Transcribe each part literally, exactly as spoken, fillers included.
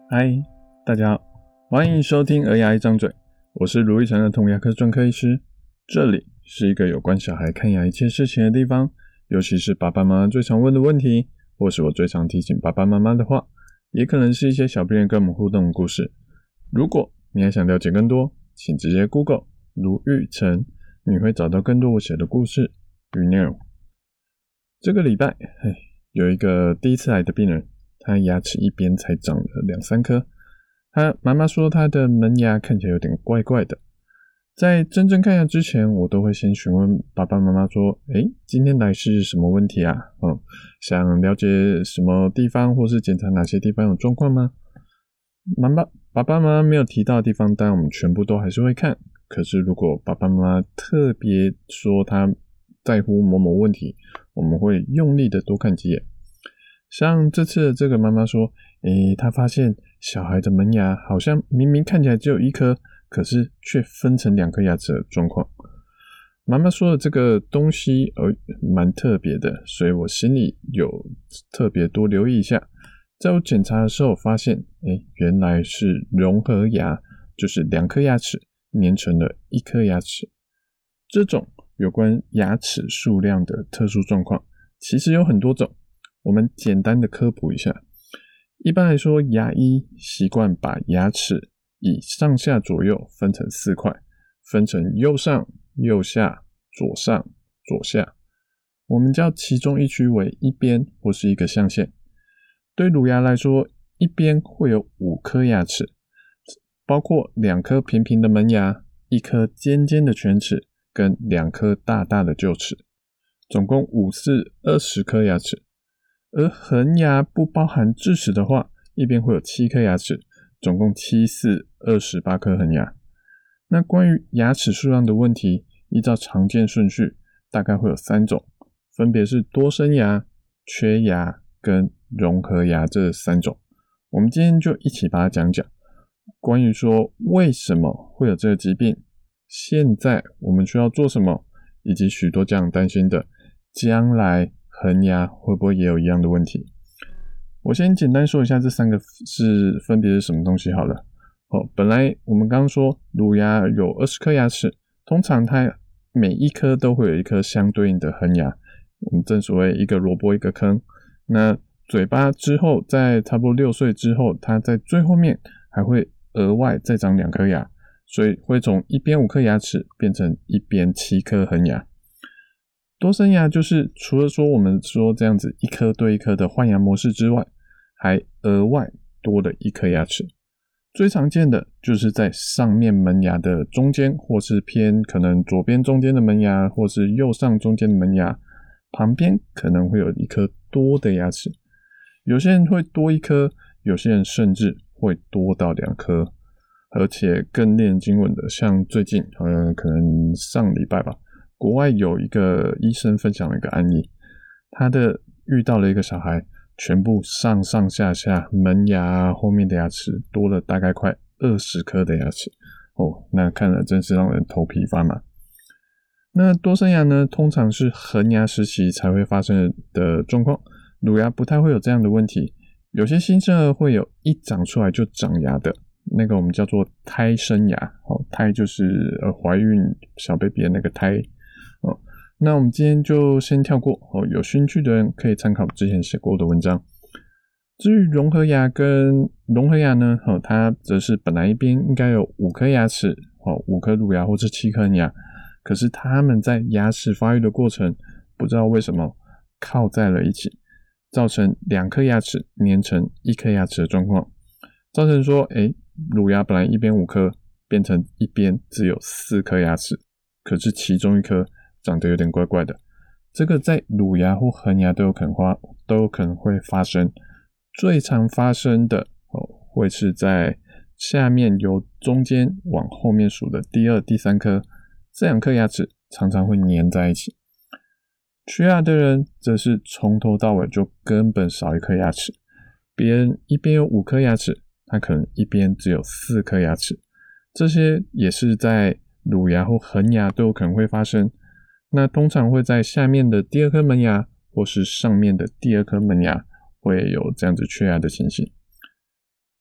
嗨，大家好，欢迎收听儿牙一张嘴，我是卢玉成的童牙科专科医师。这里是一个有关小孩看牙一切事情的地方，尤其是爸爸妈妈最常问的问题，或是我最常提醒爸爸妈妈的话，也可能是一些小病人跟我们互动的故事。如果你还想了解更多，请直接 Google 卢玉成，你会找到更多我写的故事与内容。这个礼拜有一个第一次来的病人，他牙齿一边才长了两三颗，他妈妈说他的门牙看起来有点怪怪的。在真正看牙之前，我都会先询问爸爸妈妈说，诶，今天来是什么问题啊？哦，想了解什么地方或是检查哪些地方有状况吗？妈妈爸爸妈妈没有提到的地方，当然我们全部都还是会看。可是如果爸爸妈妈特别说他在乎某某问题，我们会用力的多看几眼。像这次的这个妈妈说，诶，她发现小孩的门牙好像明明看起来只有一颗，可是却分成两颗牙齿的状况。妈妈说的这个东西呃蛮特别的，所以我心里有特别多留意一下。在我检查的时候发现，诶，原来是融合牙，就是两颗牙齿粘成了一颗牙齿。这种有关牙齿数量的特殊状况其实有很多种，我们简单的科普一下。一般来说，牙医习惯把牙齿以上下左右分成四块，分成右上、右下、左上、左下。我们叫其中一区为一边或是一个象限。对乳牙来说，一边会有五颗牙齿，包括两颗平平的门牙、一颗尖尖的犬齿跟两颗大大的臼齿，总共五四二十颗牙齿。而恒牙不包含智齿的话，一边会有七颗牙齿，总共七四二十八颗恒牙。那关于牙齿数量的问题，依照常见顺序，大概会有三种，分别是多生牙、缺牙跟融合牙这三种。我们今天就一起把它讲讲，关于说为什么会有这个疾病，现在我们需要做什么，以及许多家长担心的将来恒牙会不会也有一样的问题。我先简单说一下这三个是分别是什么东西好了。哦，本来我们刚刚说乳牙有二十颗牙齿，通常它每一颗都会有一颗相对应的恒牙，我们正所谓一个萝卜一个坑。那嘴巴之后在差不多六岁之后，它在最后面还会额外再长两颗牙，所以会从一边五颗牙齿变成一边七颗恒牙。多生牙就是除了说我们说这样子一颗对一颗的换牙模式之外，还额外多了一颗牙齿。最常见的就是在上面门牙的中间，或是偏可能左边中间的门牙，或是右上中间的门牙旁边可能会有一颗多的牙齿。有些人会多一颗，有些人甚至会多到两颗。而且更令人惊闻的，像最近呃可能上礼拜吧，国外有一个医生分享了一个案例，他的遇到了一个小孩，全部上上下下门牙后面的牙齿多了大概快二十颗的牙齿哦，那看了真是让人头皮发麻。那多生牙呢，通常是恒牙时期才会发生的状况，乳牙不太会有这样的问题。有些新生儿会有一长出来就长牙的，那个我们叫做胎生牙，哦，胎就是呃怀孕小 baby 的那个胎。哦，那我们今天就先跳过哦，有兴趣的人可以参考之前写过的文章。至于融合牙跟融合牙呢，哦，它则是本来一边应该有五颗牙齿，哦，五颗乳牙或是七颗牙，可是它们在牙齿发育的过程，不知道为什么靠在了一起，造成两颗牙齿粘成一颗牙齿的状况，造成说，诶，乳牙本来一边五颗，变成一边只有四颗牙齿，可是其中一颗长得有点怪怪的。这个在乳牙或恒牙都有可能发都有可能会发生。最常发生的哦，会是在下面由中间往后面数的第二、第三颗，这两颗牙齿常常会粘在一起。缺牙的人则是从头到尾就根本少一颗牙齿，别人一边有五颗牙齿，他可能一边只有四颗牙齿。这些也是在乳牙或恒牙都有可能会发生。那通常会在下面的第二颗门牙或是上面的第二颗门牙会有这样子缺牙的情形。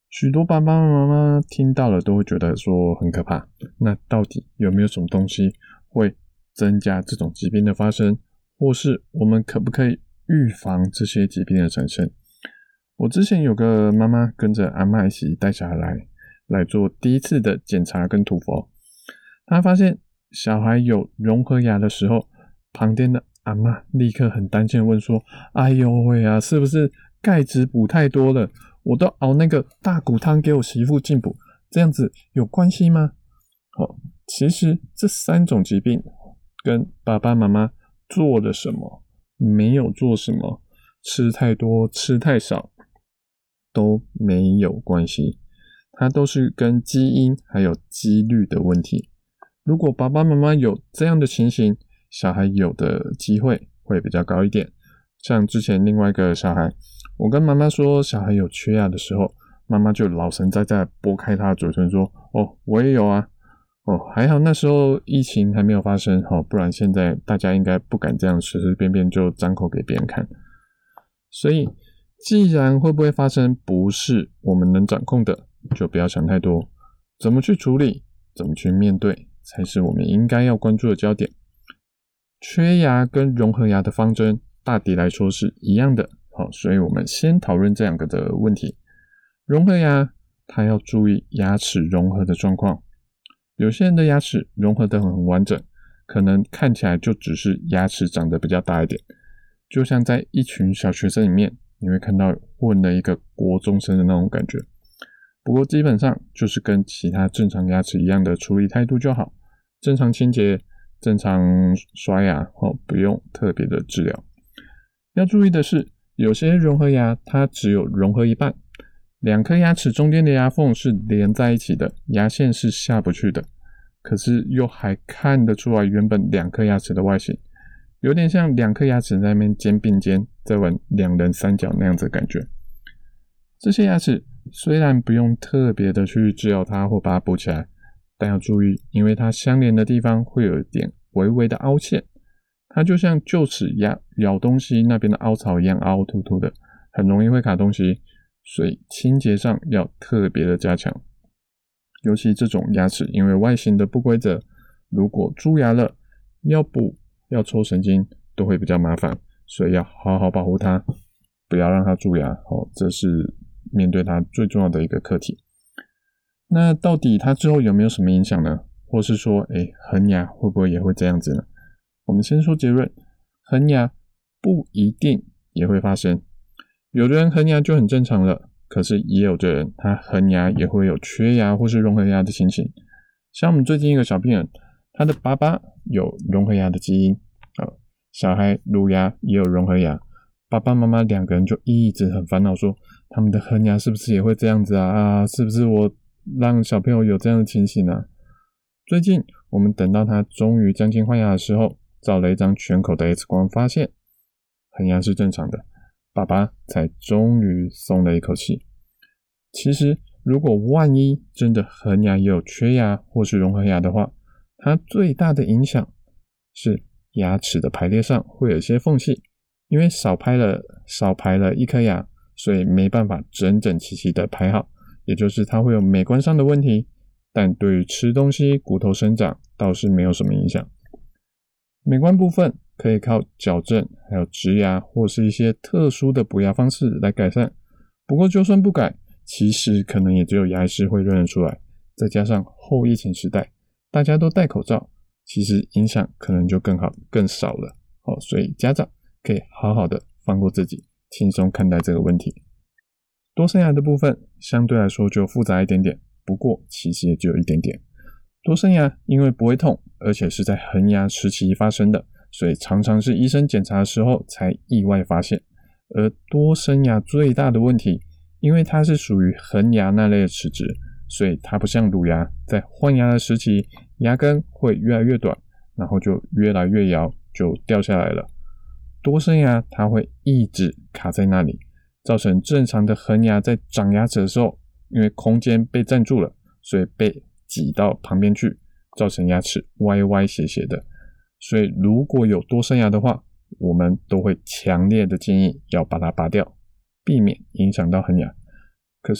许多爸爸妈妈听到了都会觉得说很可怕，那到底有没有什么东西会增加这种疾病的发生，或是我们可不可以预防这些疾病的产生？我之前有个妈妈跟着阿嬷一起带小孩来来做第一次的检查跟涂氟，她发现小孩有融合牙的时候，旁边的阿嬷立刻很担心的问说，哎呦喂啊，是不是钙质补太多了？我都熬那个大骨汤给我媳妇进补，这样子有关系吗？哦，其实这三种疾病跟爸爸妈妈做了什么，没有做什么，吃太多吃太少都没有关系，它都是跟基因还有几率的问题。如果爸爸妈妈有这样的情形，小孩有的机会会比较高一点。像之前另外一个小孩，我跟妈妈说小孩有缺牙的时候，妈妈就老神在在拨开他的嘴唇说，哦，我也有啊。哦，还好那时候疫情还没有发生，哦，不然现在大家应该不敢这样随随便便就张口给别人看。所以既然会不会发生不是我们能掌控的，就不要想太多，怎么去处理，怎么去面对，才是我们应该要关注的焦点。缺牙跟融合牙的方针大抵来说是一样的，好，所以我们先讨论这两个的问题。融合牙它要注意牙齿融合的状况，有些人的牙齿融合得很完整，可能看起来就只是牙齿长得比较大一点，就像在一群小学生里面你会看到混了一个国中生的那种感觉。不过基本上就是跟其他正常牙齿一样的处理态度就好，正常清洁，正常刷牙，哦，不用特别的治疗。要注意的是，有些融合牙它只有融合一半，两颗牙齿中间的牙缝是连在一起的，牙线是下不去的，可是又还看得出来原本两颗牙齿的外形，有点像两颗牙齿在那边肩并肩在玩两人三角那样子的感觉。这些牙齿虽然不用特别的去治疗它或把它补起来，但要注意，因为它相连的地方会有一点微微的凹陷，它就像臼齿牙咬东西那边的凹槽一样凹凹凸凸的，很容易会卡东西，所以清洁上要特别的加强。尤其这种牙齿因为外形的不规则，如果蛀牙了，要补要抽神经都会比较麻烦，所以要好好保护它，不要让它蛀牙，哦，这是面对它最重要的一个课题。那到底它之后有没有什么影响呢？或是说，诶，恒牙会不会也会这样子呢？我们先说结论，恒牙不一定也会发生。有的人恒牙就很正常了，可是也有的人他恒牙也会有缺牙或是融合牙的情形。像我们最近一个小病人，他的爸爸有融合牙的基因，呃、小孩乳牙也有融合牙，爸爸妈妈两个人就一直很烦恼说，他们的恒牙是不是也会这样子啊？啊，是不是我让小朋友有这样的情形啊？最近我们等到他终于将近换牙的时候，照了一张全口的 X 光，发现恒牙是正常的，爸爸才终于松了一口气。其实如果万一真的恒牙也有缺牙或是融合牙的话，它最大的影响是牙齿的排列上会有一些缝隙，因为少排了少排了一颗牙，所以没办法整整齐齐的排好，也就是它会有美观上的问题，但对于吃东西骨头生长倒是没有什么影响。美观部分可以靠矫正还有植牙或是一些特殊的补牙方式来改善，不过就算不改，其实可能也只有牙医师会认得出来，再加上后疫情时代大家都戴口罩，其实影响可能就更好更少了，哦，所以家长可以好好的放过自己，轻松看待这个问题。多生牙的部分相对来说就复杂一点点，不过其实也只有一点点。多生牙因为不会痛，而且是在恒牙时期发生的，所以常常是医生检查的时候才意外发现。而多生牙最大的问题，因为它是属于恒牙那类的齿质，所以它不像乳牙，在换牙的时期牙根会越来越短，然后就越来越摇，就掉下来了。多生牙它会一直卡在那里，造成正常的恒牙在长牙齿的时候，因为空间被占住了，所以被挤到旁边去，造成牙齿歪歪斜斜的。所以如果有多生牙的话，我们都会强烈的建议要把它拔掉，避免影响到恒牙。可是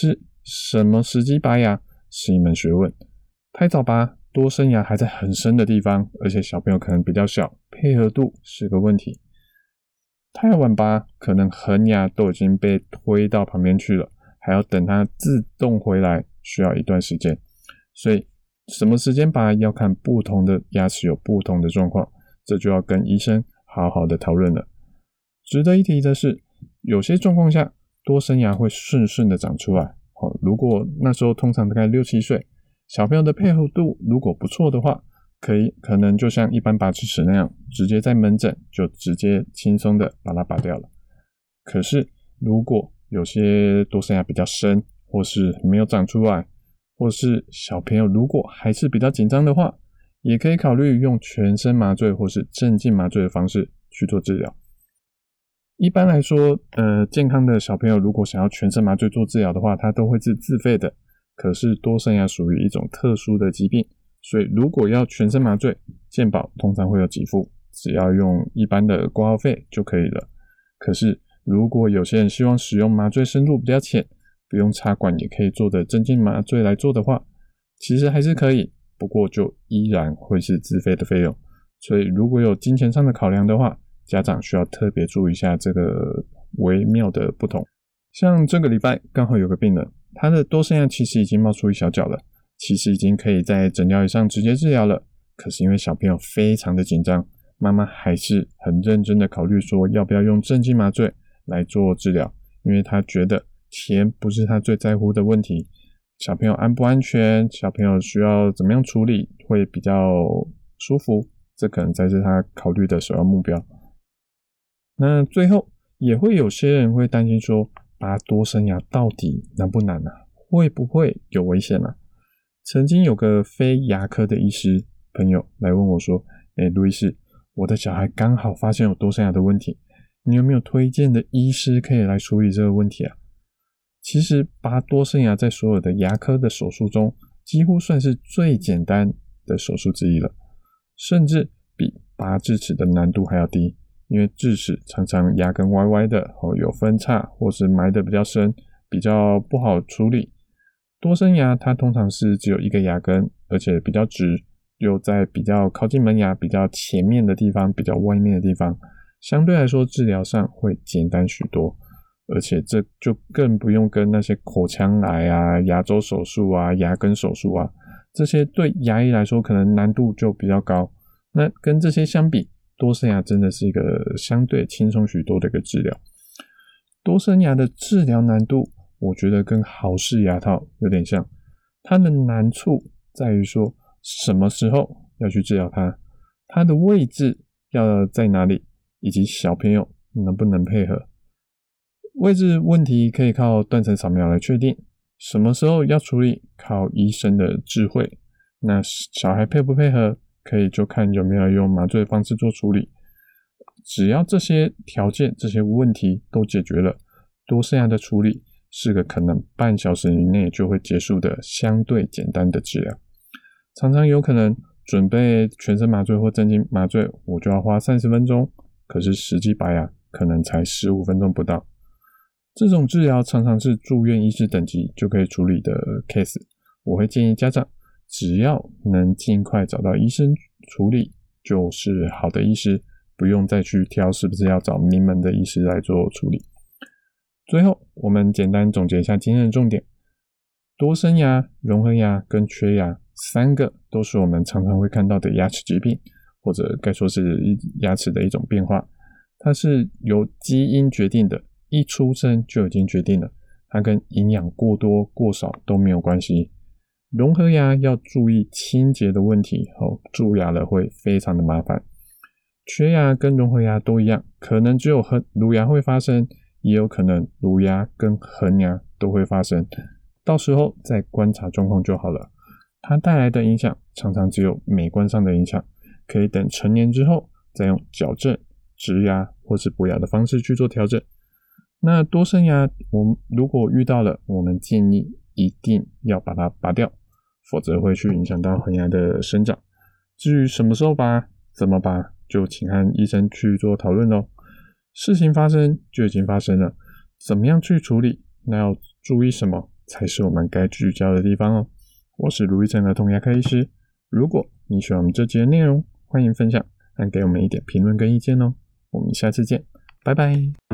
什么时机拔牙是一门学问，太早拔，多生牙还在很深的地方，而且小朋友可能比较小，配合度是个问题。太晚拔，可能恒牙都已经被推到旁边去了，还要等它自动回来，需要一段时间。所以什么时间拔要看不同的牙齿有不同的状况，这就要跟医生好好的讨论了。值得一提的是，有些状况下多生牙会顺顺的长出来，如果那时候通常大概六七岁，小朋友的配合度如果不错的话，可以可能就像一般拔智齿那样，直接在门诊就直接轻松的把它拔掉了。可是如果有些多生牙比较深，或是没有长出来，或是小朋友如果还是比较紧张的话，也可以考虑用全身麻醉或是镇静麻醉的方式去做治疗。一般来说，呃，健康的小朋友如果想要全身麻醉做治疗的话，他都会是自费的。可是多生牙属于一种特殊的疾病，所以如果要全身麻醉，健保通常会有给付，只要用一般的挂号费就可以了。可是如果有些人希望使用麻醉深度比较浅，不用插管也可以做的镇静麻醉来做的话，其实还是可以，不过就依然会是自费的费用。所以如果有金钱上的考量的话，家长需要特别注意一下这个微妙的不同。像这个礼拜刚好有个病人，他的多生牙其实已经冒出一小角了，其实已经可以在诊疗椅上直接治疗了，可是因为小朋友非常的紧张，妈妈还是很认真的考虑说要不要用镇静麻醉来做治疗，因为他觉得钱不是他最在乎的问题，小朋友安不安全，小朋友需要怎么样处理会比较舒服，这可能才是他考虑的首要目标。那最后也会有些人会担心说，拔多生牙到底难不难啊？会不会有危险啊？曾经有个非牙科的医师朋友来问我说，诶，卢医师，我的小孩刚好发现有多生牙的问题，你有没有推荐的医师可以来处理这个问题啊？其实拔多生牙在所有的牙科的手术中，几乎算是最简单的手术之一了，甚至比拔智齿的难度还要低。因为智齿常常牙根歪歪的，有分叉或是埋得比较深，比较不好处理。多生牙它通常是只有一个牙根，而且比较直，又在比较靠近门牙比较前面的地方，比较外面的地方，相对来说治疗上会简单许多。而且这就更不用跟那些口腔癌啊、牙周手术啊、牙根手术啊，这些对牙医来说可能难度就比较高。那跟这些相比，多生牙真的是一个相对轻松许多的一个治疗。多生牙的治疗难度，我觉得跟豪氏牙套有点像，它的难处在于说什么时候要去治疗它，它的位置要在哪里，以及小朋友能不能配合。位置问题可以靠断层扫描来确定，什么时候要处理靠医生的智慧，那小孩配不配合可以就看有没有用麻醉的方式做处理。只要这些条件这些问题都解决了，多生牙的处理是个可能半小时以内就会结束的相对简单的治疗。常常有可能准备全身麻醉或镇静麻醉我就要花三十分钟，可是实际拔牙可能才十五分钟不到。这种治疗常常是住院医师等级就可以处理的 case， 我会建议家长只要能尽快找到医生处理就是好的医师，不用再去挑是不是要找名门的医师来做处理。最后我们简单总结一下今天的重点，多生牙、融合牙跟缺牙三个都是我们常常会看到的牙齿疾病，或者该说是牙齿的一种变化，它是由基因决定的，一出生就已经决定了，它跟营养过多过少都没有关系。融合牙要注意清洁的问题，哦，蛀牙了会非常的麻烦。缺牙跟融合牙都一样，可能只有乳牙会发生，也有可能乳牙跟恒牙都会发生，到时候再观察状况就好了。它带来的影响常常只有美观上的影响，可以等成年之后再用矫正、植牙或是补牙的方式去做调整。那多生牙我们如果遇到了，我们建议一定要把它拔掉，否则会去影响到恒牙的生长。至于什么时候拔、怎么拔，就请和医生去做讨论咯。事情发生就已经发生了，怎么样去处理，那要注意什么， 才是我们该聚焦的地方哦。我是卢玉成的童牙科医师，如果你喜欢我们这集的内容，欢迎分享和给我们一点评论跟意见哦。我们下次见，拜拜。